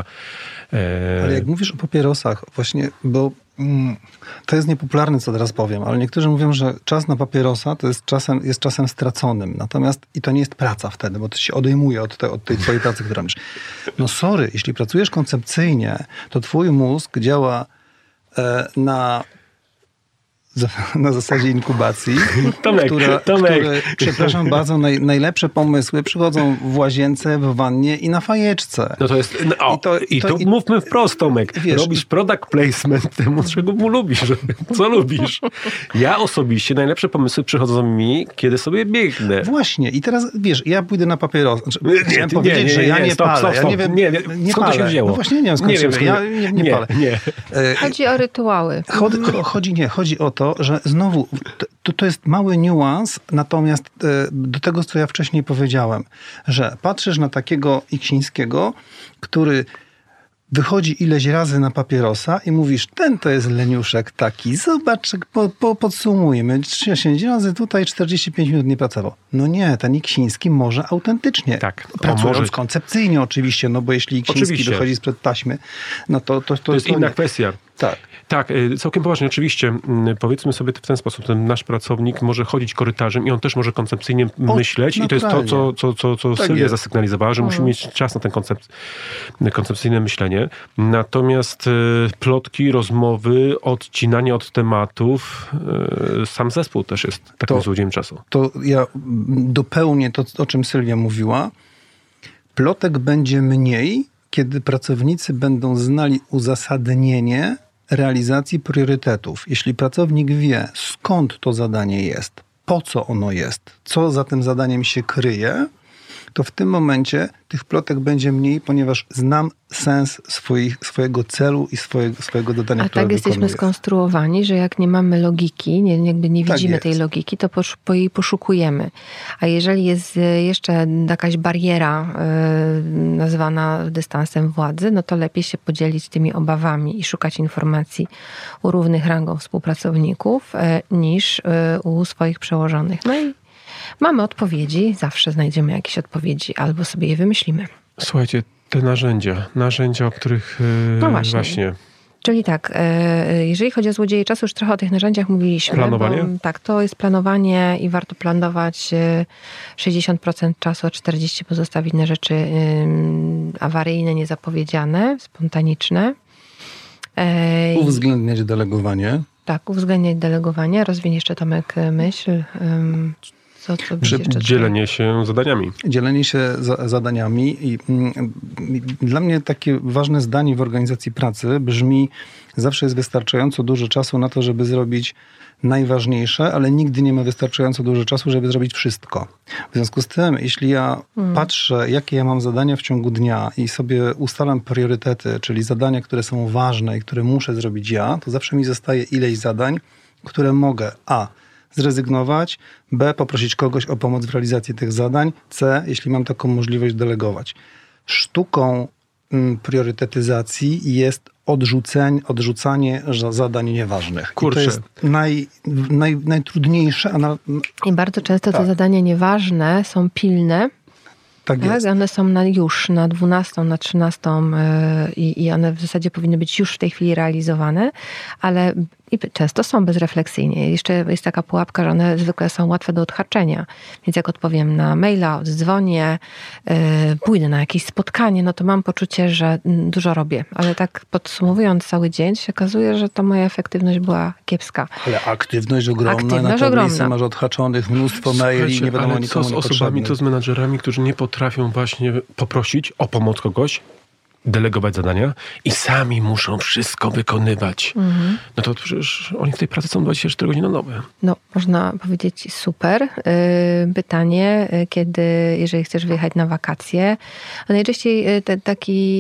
E... Ale jak mówisz o papierosach, właśnie, bo mm, to jest niepopularne, co teraz powiem, ale niektórzy mówią, że czas na papierosa to jest czasem, jest czasem straconym. Natomiast i to nie jest praca wtedy, bo to się odejmuje od, te, od tej twojej pracy, którą robisz. No sorry, jeśli pracujesz koncepcyjnie, to twój mózg działa e, na na zasadzie inkubacji, Tomek, która, Tomek. które, przepraszam bardzo, naj, najlepsze pomysły przychodzą w łazience, w wannie i na fajeczce. No to jest, no, o, i to, i to, i to i, mówmy wprost, Tomek. Wiesz, robisz product placement temu, czego mu lubisz. Co lubisz? Ja osobiście najlepsze pomysły przychodzą mi, kiedy sobie biegnę. Właśnie. I teraz, wiesz, ja pójdę na papieros. Znaczy, nie, chciałem nie, powiedzieć, nie, nie, że ja nie, nie stop, palę. Stop, stop. Ja nie wiem, nie, nie, nie skąd palę. to się wzięło? No właśnie nie wiem, skąd nie się wiem, wzięło. Ja nie, nie, nie palę. Nie. Chodzi o rytuały. Chodzi, chodzi, nie, chodzi o to, że znowu to, to jest mały niuans, natomiast do tego, co ja wcześniej powiedziałem, że patrzysz na takiego Iksińskiego, który wychodzi ileś razy na papierosa i mówisz, ten to jest leniuszek taki, zobacz, po, po, podsumujmy, trzydzieści razy tutaj, czterdzieści pięć minut nie pracował. No nie, ten Iksiński może autentycznie, tak, pracując może... koncepcyjnie oczywiście, no bo jeśli Iksiński oczywiście. wychodzi sprzed taśmy, no to... To, to, to jest to inna nie. kwestia. Tak. Tak, całkiem poważnie. Oczywiście, powiedzmy sobie w ten sposób, ten nasz pracownik może chodzić korytarzem i on też może koncepcyjnie o, myśleć i to jest to, co, co, co, co tak Sylwia zasygnalizowała, że musimy mieć czas na ten koncept, koncepcyjne myślenie. Natomiast plotki, rozmowy, odcinanie od tematów, sam zespół też jest takim to, złodziejem czasu. To ja dopełnię to, o czym Sylwia mówiła. Plotek będzie mniej, kiedy pracownicy będą znali uzasadnienie realizacji priorytetów. Jeśli pracownik wie, skąd to zadanie jest, po co ono jest, co za tym zadaniem się kryje, to w tym momencie tych plotek będzie mniej, ponieważ znam sens swoich, swojego celu i swojego, swojego zadania, A które tak jesteśmy wykonuję. skonstruowani, że jak nie mamy logiki, nie, jakby nie widzimy tak tej logiki, to posz, po jej poszukujemy. A jeżeli jest jeszcze jakaś bariera yy, nazwana dystansem władzy, no to lepiej się podzielić tymi obawami i szukać informacji u równych rangą współpracowników yy, niż yy, u swoich przełożonych. No i mamy odpowiedzi, zawsze znajdziemy jakieś odpowiedzi, albo sobie je wymyślimy. Słuchajcie, te narzędzia, narzędzia, o których yy, no właśnie. właśnie. Czyli tak, jeżeli chodzi o złodzieje czasu, już trochę o tych narzędziach mówiliśmy. Planowanie? Bo, tak, to jest planowanie i warto planować sześćdziesiąt procent czasu, a czterdzieści procent pozostawić na rzeczy awaryjne, niezapowiedziane, spontaniczne. Uwzględniać delegowanie. Tak, uwzględniać delegowanie. Rozwiń jeszcze, Tomek, myśl. Co, co Przy, dzielenie się zadaniami. Dzielenie się za, zadaniami. I, mm, dla mnie takie ważne zdanie w organizacji pracy brzmi: zawsze jest wystarczająco dużo czasu na to, żeby zrobić najważniejsze, ale nigdy nie ma wystarczająco dużo czasu, żeby zrobić wszystko. W związku z tym, jeśli ja hmm. patrzę, jakie ja mam zadania w ciągu dnia i sobie ustalam priorytety, czyli zadania, które są ważne i które muszę zrobić ja, to zawsze mi zostaje ileś zadań, które mogę a. zrezygnować, b. poprosić kogoś o pomoc w realizacji tych zadań, c. jeśli mam taką możliwość, delegować. Sztuką mm, priorytetyzacji jest odrzucenie, odrzucanie zadań nieważnych. Kurczę. I to jest naj, naj, najtrudniejsze. A na, I bardzo często tak. te zadania nieważne są pilne. Tak, tak jest. One są na już, na dwunastą, na trzynastą yy, i one w zasadzie powinny być już w tej chwili realizowane, ale i często są bezrefleksyjnie. Jeszcze jest taka pułapka, że one zwykle są łatwe do odhaczenia. Więc jak odpowiem na maila, oddzwonię, yy, pójdę na jakieś spotkanie, no to mam poczucie, że dużo robię. Ale tak podsumowując cały dzień, się okazuje, że to moja efektywność była kiepska. Ale aktywność ogromna. Aktywność na tablicy ogromna. Masz odhaczonych mnóstwo maili, nie wiadomo ale nikomu co z osobami, niepotrzebnych. co z menadżerami, którzy nie potrafią właśnie poprosić o pomoc kogoś, delegować zadania i sami muszą wszystko wykonywać. Mhm. No to przecież oni w tej pracy są dwadzieścia cztery godziny na dobę. No, można powiedzieć super. Pytanie, kiedy, jeżeli chcesz wyjechać na wakacje, a najczęściej te, taki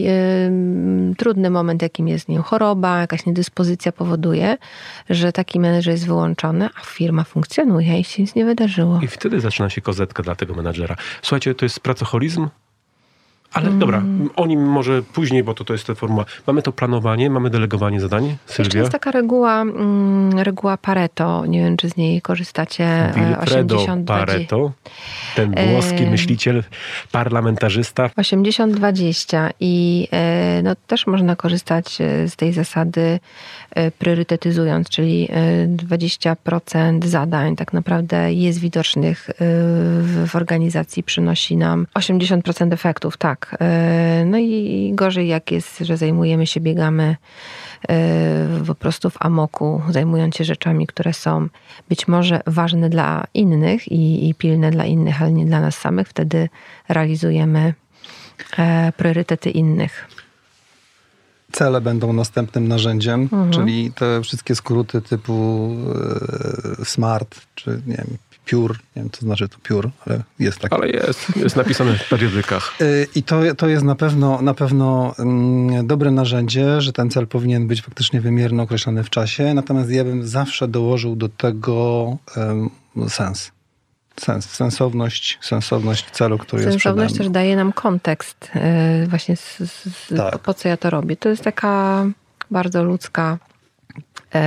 y, trudny moment, jakim jest, nie wiem, choroba, jakaś niedyspozycja powoduje, że taki menedżer jest wyłączony, a firma funkcjonuje i się nic nie wydarzyło. I wtedy zaczyna się kozetka dla tego menadżera. Słuchajcie, to jest pracoholizm. Ale mm. dobra, o nim może później, bo to, to jest ta formuła. Mamy to planowanie, mamy delegowanie zadań. Sylwia? Jeszcze jest taka reguła, mm, reguła Pareto. Nie wiem, czy z niej korzystacie. Wilfredo Pareto, ten włoski e... myśliciel, parlamentarzysta. osiemdziesiąt dwadzieścia i e, no, też można korzystać z tej zasady e, priorytetyzując, czyli e, dwadzieścia procent zadań tak naprawdę jest widocznych e, w, w organizacji, przynosi nam osiemdziesiąt procent efektów, tak. No i gorzej jak jest, że zajmujemy się, biegamy po prostu w amoku, zajmując się rzeczami, które są być może ważne dla innych i, i pilne dla innych, ale nie dla nas samych, wtedy realizujemy priorytety innych. Cele będą następnym narzędziem, mhm. czyli te wszystkie skróty typu e, SMART, czy nie wiem, piór, nie wiem co znaczy to piór, ale jest taki. Ale jest, jest napisane w periodykach. I to, to jest na pewno, na pewno um, dobre narzędzie, że ten cel powinien być faktycznie wymierny, określony w czasie, natomiast ja bym zawsze dołożył do tego um, sens. Sens, sensowność, sensowność celu, który jest przed nami. Sensowność też daje nam kontekst yy, właśnie z, z, tak. po, po co ja to robię. To jest taka bardzo ludzka yy,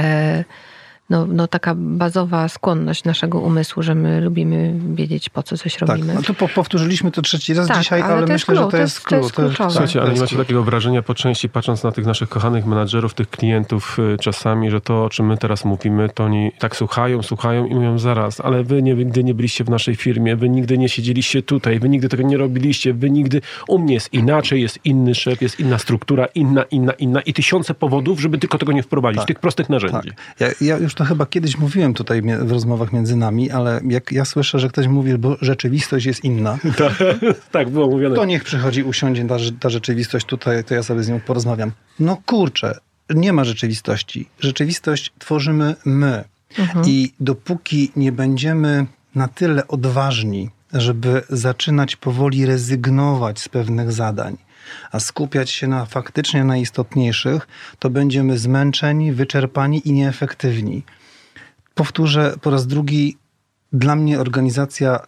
no, no taka bazowa skłonność naszego umysłu, że my lubimy wiedzieć, po co coś robimy. Tak, no to po, powtórzyliśmy to trzeci raz tak, dzisiaj, ale, ale myślę, klucz, że to jest klucz. To jest Słuchajcie, ale nie macie takiego wrażenia po części, patrząc na tych naszych kochanych menadżerów, tych klientów czasami, że to, o czym my teraz mówimy, to oni tak słuchają, słuchają i mówią zaraz, ale wy nigdy nie byliście w naszej firmie, wy nigdy nie siedzieliście tutaj, wy nigdy tego nie robiliście, wy nigdy, u mnie jest inaczej, jest inny szef, jest inna struktura, inna, inna, inna i tysiące powodów, żeby tylko tego nie wprowadzić, tak. tych prostych narzędzi. Tak. Ja, ja już to chyba kiedyś mówiłem tutaj w rozmowach między nami, ale jak ja słyszę, że ktoś mówi, bo rzeczywistość jest inna. tak, tak, było mówione. To niech przychodzi, usiądzie ta, ta rzeczywistość tutaj, to ja sobie z nią porozmawiam. No kurczę, nie ma rzeczywistości. Rzeczywistość tworzymy my. Mhm. I dopóki nie będziemy na tyle odważni, żeby zaczynać powoli rezygnować z pewnych zadań, a skupiać się na faktycznie najistotniejszych, to będziemy zmęczeni, wyczerpani i nieefektywni. Powtórzę po raz drugi, dla mnie organizacja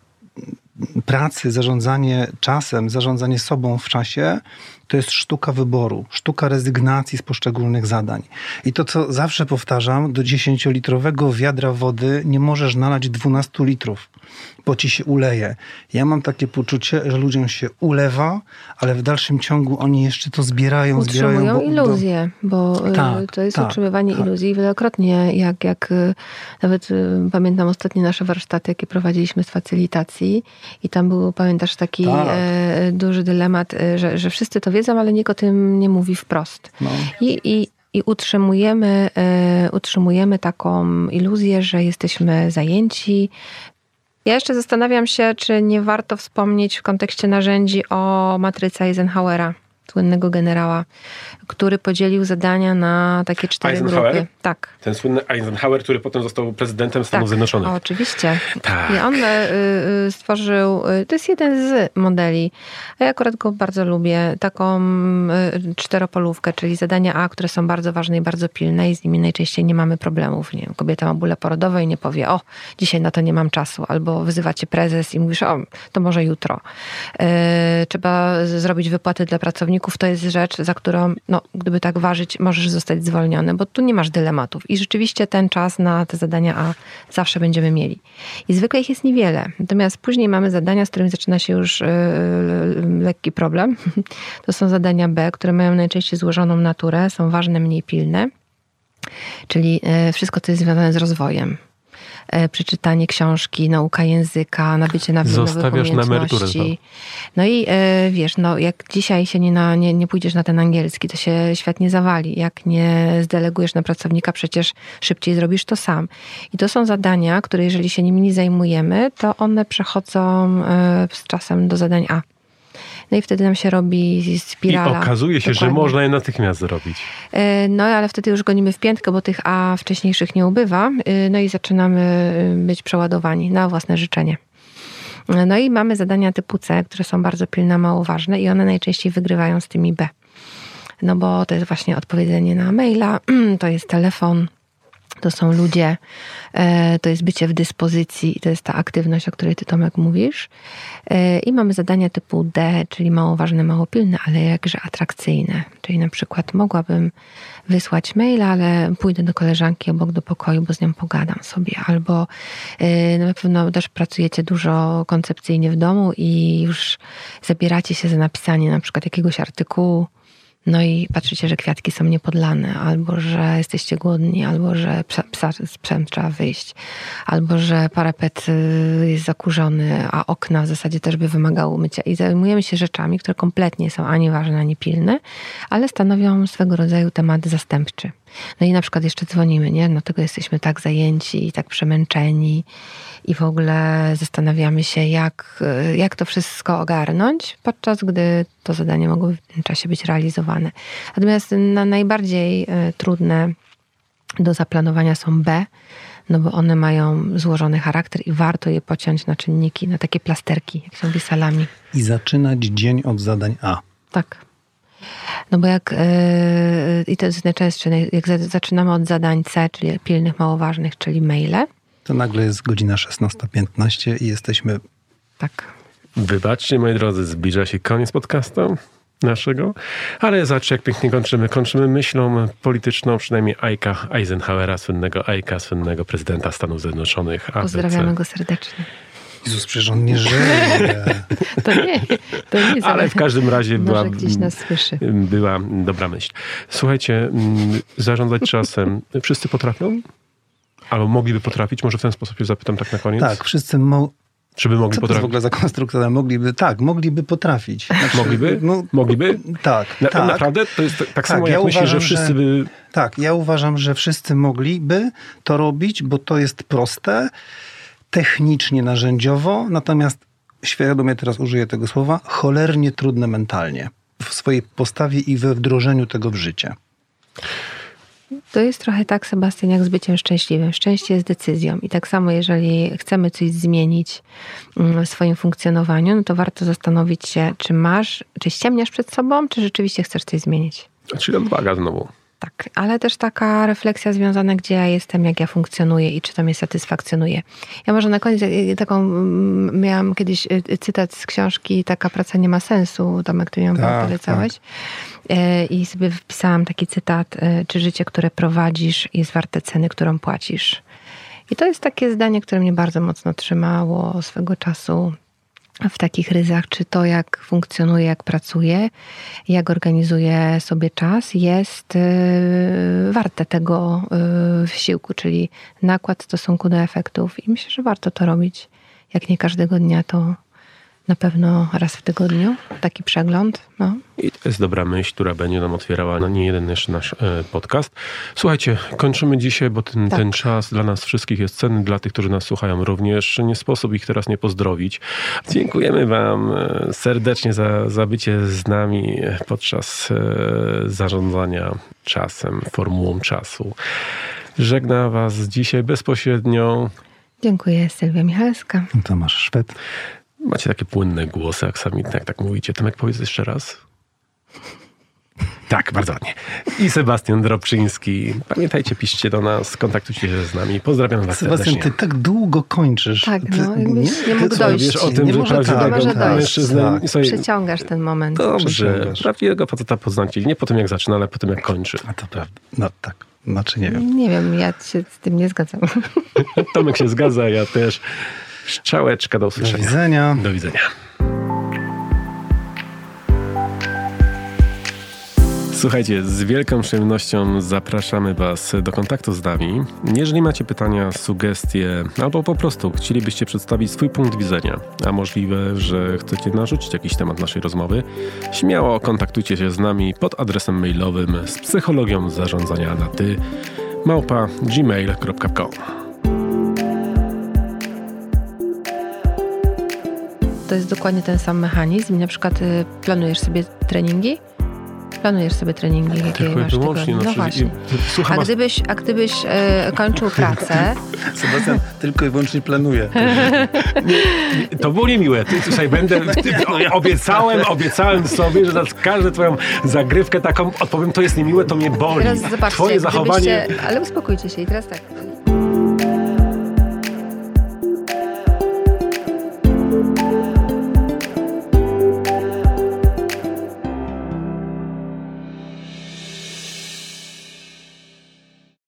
pracy, zarządzanie czasem, zarządzanie sobą w czasie, to jest sztuka wyboru, sztuka rezygnacji z poszczególnych zadań. I to, co zawsze powtarzam, do dziesięciolitrowego wiadra wody nie możesz nalać dwunastu litrów, bo ci się uleje. Ja mam takie poczucie, że ludziom się ulewa, ale w dalszym ciągu oni jeszcze to zbierają, Utrzymują zbierają. Bo, iluzję, bo tak, to jest tak, utrzymywanie tak. iluzji. Wielokrotnie, jak, jak nawet pamiętam ostatnie nasze warsztaty, jakie prowadziliśmy z facylitacji i tam był, pamiętasz, taki tak. e, duży dylemat, że, że wszyscy to wiedzą, ale nikt o tym nie mówi wprost. No. I, i, i utrzymujemy, e, utrzymujemy taką iluzję, że jesteśmy zajęci. Ja jeszcze zastanawiam się, czy nie warto wspomnieć w kontekście narzędzi o matrycy Eisenhowera, słynnego generała, który podzielił zadania na takie cztery Eisenhower? grupy. Tak. Ten słynny Eisenhower, który potem został prezydentem Stanów tak, Zjednoczonych. Oczywiście. Tak. I on y, y, stworzył, y, to jest jeden z modeli, a ja akurat go bardzo lubię, taką y, czteropolówkę, czyli zadania A, które są bardzo ważne i bardzo pilne i z nimi najczęściej nie mamy problemów. Nie wiem, kobieta ma bóle porodowe i nie powie, o, dzisiaj na to nie mam czasu, albo wyzywa cię prezes i mówisz, o, to może jutro. Y, trzeba zrobić wypłaty dla pracowników, to jest rzecz, za którą, no, gdyby tak ważyć, możesz zostać zwolniony, bo tu nie masz dylematów. I rzeczywiście ten czas na te zadania A zawsze będziemy mieli. I zwykle ich jest niewiele. Natomiast później mamy zadania, z którymi zaczyna się już yy, lekki problem. To są zadania B, które mają najczęściej złożoną naturę, są ważne, mniej pilne. Czyli yy, wszystko, co jest związane z rozwojem. Przeczytanie książki, nauka języka, nabycie nowych Zostawiasz na emeryturę. No i e, wiesz, no jak dzisiaj się nie, na, nie, nie pójdziesz na ten angielski, to się świat nie zawali. Jak nie zdelegujesz na pracownika, przecież szybciej zrobisz to sam. I to są zadania, które jeżeli się nimi nie zajmujemy, to one przechodzą e, z czasem do zadań A. No i wtedy nam się robi spirala. I okazuje się, Dokładnie. że można je natychmiast zrobić. No ale wtedy już gonimy w piętkę, bo tych A wcześniejszych nie ubywa. No i zaczynamy być przeładowani na własne życzenie. No i mamy zadania typu C, które są bardzo pilne, mało ważne i one najczęściej wygrywają z tymi B. No bo to jest właśnie odpowiedzenie na maila, to jest telefon, to są ludzie, to jest bycie w dyspozycji, to jest ta aktywność, o której ty, Tomek, mówisz. I mamy zadania typu D, czyli mało ważne, mało pilne, ale jakże atrakcyjne. Czyli na przykład mogłabym wysłać maila, ale pójdę do koleżanki obok do pokoju, bo z nią pogadam sobie. Albo na pewno też pracujecie dużo koncepcyjnie w domu i już zabieracie się za napisanie na przykład jakiegoś artykułu, no i patrzycie, że kwiatki są niepodlane, albo że jesteście głodni, albo że psa, psa, z psem trzeba wyjść, albo że parapet jest zakurzony, a okna w zasadzie też by wymagały mycia. I zajmujemy się rzeczami, które kompletnie są ani ważne, ani pilne, ale stanowią swego rodzaju temat zastępczy. No i na przykład jeszcze dzwonimy, nie? No tego jesteśmy tak zajęci i tak przemęczeni i w ogóle zastanawiamy się, jak, jak to wszystko ogarnąć, podczas gdy to zadanie mogło w tym czasie być realizowane. Natomiast na najbardziej trudne do zaplanowania są B, no bo one mają złożony charakter i warto je pociąć na czynniki, na takie plasterki, jak się mówi, salami. I zaczynać dzień od zadań A. Tak. No bo jak, yy, i to jest najczęstsze, jak zaczynamy od zadań C, czyli pilnych, mało ważnych, czyli maile. To nagle jest godzina szesnasta piętnaście i jesteśmy... Tak. Wybaczcie, moi drodzy, zbliża się koniec podcastu naszego, ale zobaczcie, jak pięknie kończymy. Kończymy myślą polityczną, przynajmniej Ike'a Eisenhowera, słynnego Ike'a, słynnego prezydenta Stanów Zjednoczonych. A B C. Pozdrawiamy go serdecznie. Jezus, przecież on nie żyje. To nie, to nie jest. Ale w każdym razie była, gdzieś nas słyszy. była dobra myśl. Słuchajcie, zarządzać czasem wszyscy potrafią? Albo mogliby potrafić? Może w ten sposób się zapytam tak na koniec? Tak, wszyscy mo- Czy by mogli Co to jest potrafić? w ogóle za konstrukcja? Mogliby, tak, mogliby potrafić. Znaczy, Mogliby? No, Mogliby? tak, Na, tak. Naprawdę? To jest tak, Tak, samo ja jak myślisz, że uważam, wszyscy że- by... Tak, ja uważam, że wszyscy mogliby to robić, bo to jest proste, technicznie, narzędziowo, natomiast świadomie teraz użyję tego słowa, cholernie trudne mentalnie w swojej postawie i we wdrożeniu tego w życie. To jest trochę tak, Sebastian, jak z byciem szczęśliwym. Szczęście jest decyzją i tak samo, jeżeli chcemy coś zmienić w swoim funkcjonowaniu, no to warto zastanowić się, czy masz, czy ściemniasz przed sobą, czy rzeczywiście chcesz coś zmienić. Czyli odwaga znowu. Tak, ale też taka refleksja związana, gdzie ja jestem, jak ja funkcjonuję i czy to mnie satysfakcjonuje. Ja może na koniec taką, miałam kiedyś cytat z książki Taka praca nie ma sensu, Tomek, ty ją Tak, polecałeś. I sobie wpisałam taki cytat, czy życie, które prowadzisz, jest warte ceny, którą płacisz. I to jest takie zdanie, które mnie bardzo mocno trzymało swego czasu w takich ryzach, czy to, jak funkcjonuję, jak pracuję, jak organizuję sobie czas, jest yy, warte tego yy, wysiłku, czyli nakład w stosunku do efektów. I myślę, że warto to robić. Jak nie każdego dnia, to na pewno raz w tygodniu. Taki przegląd. No. I to jest dobra myśl, która będzie nam otwierała no nie jeden jeszcze nasz e, podcast. Słuchajcie, kończymy dzisiaj, bo ten, Tak. ten czas dla nas wszystkich jest cenny, dla tych, którzy nas słuchają również. Nie sposób ich teraz nie pozdrowić. Dziękujemy wam e, serdecznie za, za bycie z nami podczas e, zarządzania czasem, formułą czasu. Żegna was dzisiaj bezpośrednio. Dziękuję, Sylwia Michalska. Tomasz Szwed. Macie takie płynne głosy, jak sami tak, tak mówicie. Tomek, powiedz jeszcze raz. Tak, bardzo ładnie. I Sebastian Drobczyński. Pamiętajcie, piszcie do nas, kontaktujcie się z nami. Pozdrawiam was Sebastian, serdecznie. ty tak długo kończysz. Tak, Ty, no, jakbyś nie mógł ty- dojść. Wiesz o tym, nie że może tak. prawdziwego może dojść. mężczyznę... Tak. Słuchaj, Przeciągasz ten moment. dobrze, Przeciągasz. prawdziwego faceta poznacie. Nie po tym, jak zaczyna, ale po tym, jak kończy. A to prawda. No tak. Znaczy nie wiem. Nie wiem, ja się z tym nie zgadzam. Tomek się zgadza, ja też. Strzałeczka, do Do usłyszenia. widzenia. Do widzenia. Słuchajcie, z wielką przyjemnością zapraszamy was do kontaktu z nami. Jeżeli macie pytania, sugestie, albo po prostu chcielibyście przedstawić swój punkt widzenia, a możliwe, że chcecie narzucić jakiś temat naszej rozmowy, śmiało kontaktujcie się z nami pod adresem mailowym z psychologią zarządzania na ty małpa gmail kropka com. To jest dokładnie ten sam mechanizm. Na przykład y, planujesz sobie treningi? Planujesz sobie treningi, jakie Tylko i masz wyłącznie. tygodnie. No No, właśnie. Słucham A was. gdybyś, a gdybyś e, kończył pracę, Sebastian tylko i wyłącznie planuje. To było niemiłe. Ty, słuchaj, będę, ty, obiecałem, obiecałem sobie, że na każdą twoją zagrywkę taką odpowiem, to jest niemiłe, to mnie boli. teraz zobaczcie, Twoje zachowanie... gdybyście, ale uspokójcie się i teraz tak,